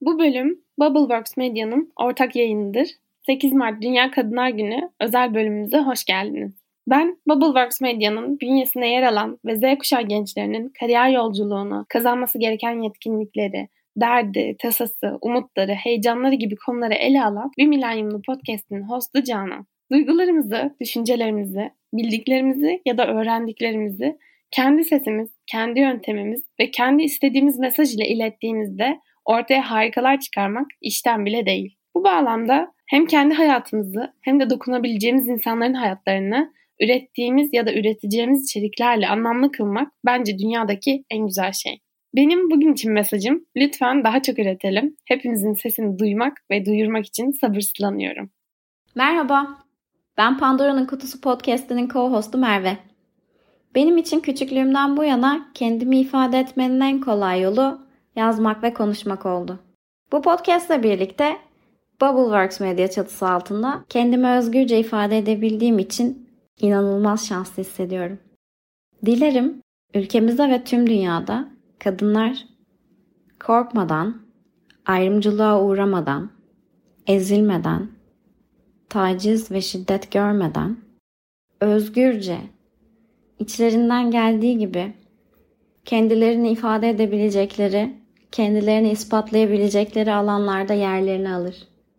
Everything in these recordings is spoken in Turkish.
Bu bölüm Bubbleworks Medya'nın ortak yayınıdır. 8 Mart Dünya Kadınlar Günü özel bölümümüze hoş geldiniz. Ben Bubbleworks Medya'nın bünyesinde yer alan ve Z kuşağı gençlerinin kariyer yolculuğunu, kazanması gereken yetkinlikleri, derdi, tasası, umutları, heyecanları gibi konuları ele alan Bir Milenyumlu Podcast'in hostu Canan. Duygularımızı, düşüncelerimizi, bildiklerimizi ya da öğrendiklerimizi kendi sesimiz, kendi yöntemimiz ve kendi istediğimiz mesaj ile ilettiğimizde ortaya harikalar çıkarmak işten bile değil. Bu bağlamda hem kendi hayatımızı hem de dokunabileceğimiz insanların hayatlarını ürettiğimiz ya da üreteceğimiz içeriklerle anlamlı kılmak bence dünyadaki en güzel şey. Benim bugün için mesajım, lütfen daha çok üretelim. Hepimizin sesini duymak ve duyurmak için sabırsızlanıyorum. Merhaba, ben Pandora'nın Kutusu Podcast'inin co-hostu Merve. Benim için küçüklüğümden bu yana kendimi ifade etmenin en kolay yolu yazmak ve konuşmak oldu. Bu podcast'la birlikte Bubbleworks Medya çatısı altında kendimi özgürce ifade edebildiğim için inanılmaz şanslı hissediyorum. Dilerim ülkemizde ve tüm dünyada kadınlar korkmadan, ayrımcılığa uğramadan, ezilmeden, taciz ve şiddet görmeden, özgürce, içlerinden geldiği gibi kendilerini ifade edebilecekleri, kendilerini ispatlayabilecekleri alanlarda yerlerini alır.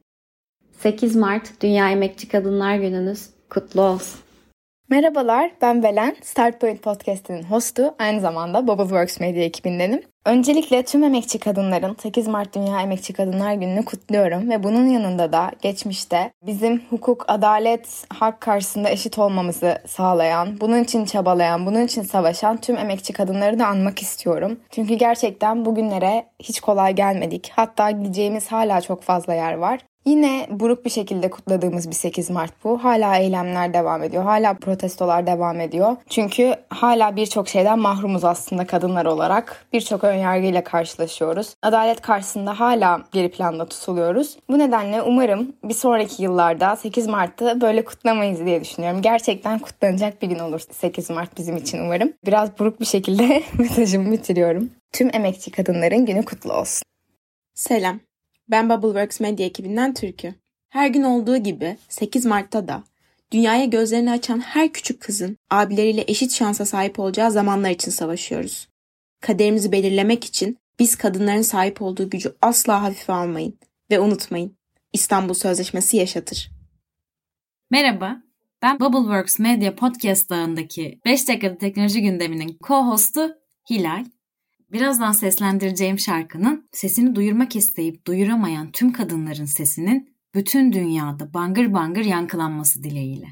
8 Mart Dünya Emekçi Kadınlar Gününüz kutlu olsun. Merhabalar, ben Belen, Startpoint Podcast'inin hostu, aynı zamanda Bubbleworks Medya ekibindenim. Öncelikle tüm emekçi kadınların 8 Mart Dünya Emekçi Kadınlar Günü'nü kutluyorum ve bunun yanında da geçmişte bizim hukuk, adalet, hak karşısında eşit olmamızı sağlayan, bunun için çabalayan, bunun için savaşan tüm emekçi kadınları da anmak istiyorum. Çünkü gerçekten bugünlere hiç kolay gelmedik. Hatta gideceğimiz hala çok fazla yer var. Yine buruk bir şekilde kutladığımız bir 8 Mart bu. Hala eylemler devam ediyor. Hala protestolar devam ediyor. Çünkü hala birçok şeyden mahrumuz aslında kadınlar olarak. Birçok önyargıyla karşılaşıyoruz. Adalet karşısında hala geri planda tutuluyoruz. Bu nedenle umarım bir sonraki yıllarda 8 Mart'ı böyle kutlamayız diye düşünüyorum. Gerçekten kutlanacak bir gün olur 8 Mart bizim için umarım. Biraz buruk bir şekilde mesajımı bitiriyorum. Tüm emekçi kadınların günü kutlu olsun. Selam. Ben Bubbleworks Medya ekibinden Türkü. Her gün olduğu gibi 8 Mart'ta da dünyaya gözlerini açan her küçük kızın abileriyle eşit şansa sahip olacağı zamanlar için savaşıyoruz. Kaderimizi belirlemek için biz kadınların sahip olduğu gücü asla hafife almayın ve unutmayın. İstanbul Sözleşmesi yaşatır. Merhaba, ben Bubbleworks Medya Podcast ağındaki 5 dakikada teknoloji gündeminin co-hostu Hilal. Birazdan seslendireceğim şarkının sesini duyurmak isteyip duyuramayan tüm kadınların sesinin bütün dünyada bangır bangır yankılanması dileğiyle.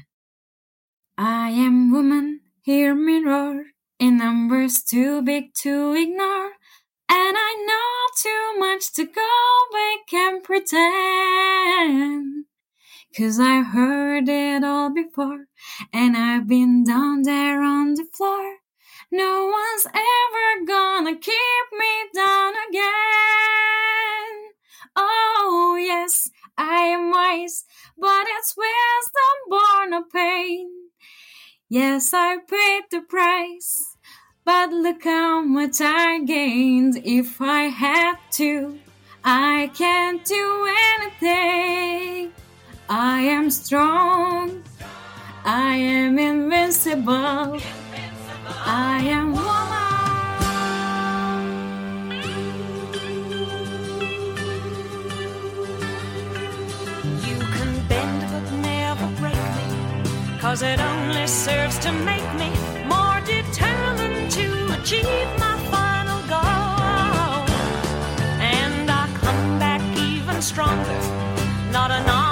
I am woman, hear me roar, in numbers too big to ignore, and I know too much to go back and pretend. 'Cause I heard it all before, and I've been down there on the floor. No one's ever gonna keep me down again. Oh yes, I am wise, but it's wisdom born of pain. Yes, I paid the price, but look how much I gained. If I had to, I can't do anything. I am strong, I am invincible. I am woman. You can bend but never break me, 'cause it only serves to make me more determined to achieve my final goal. And I come back even stronger, not an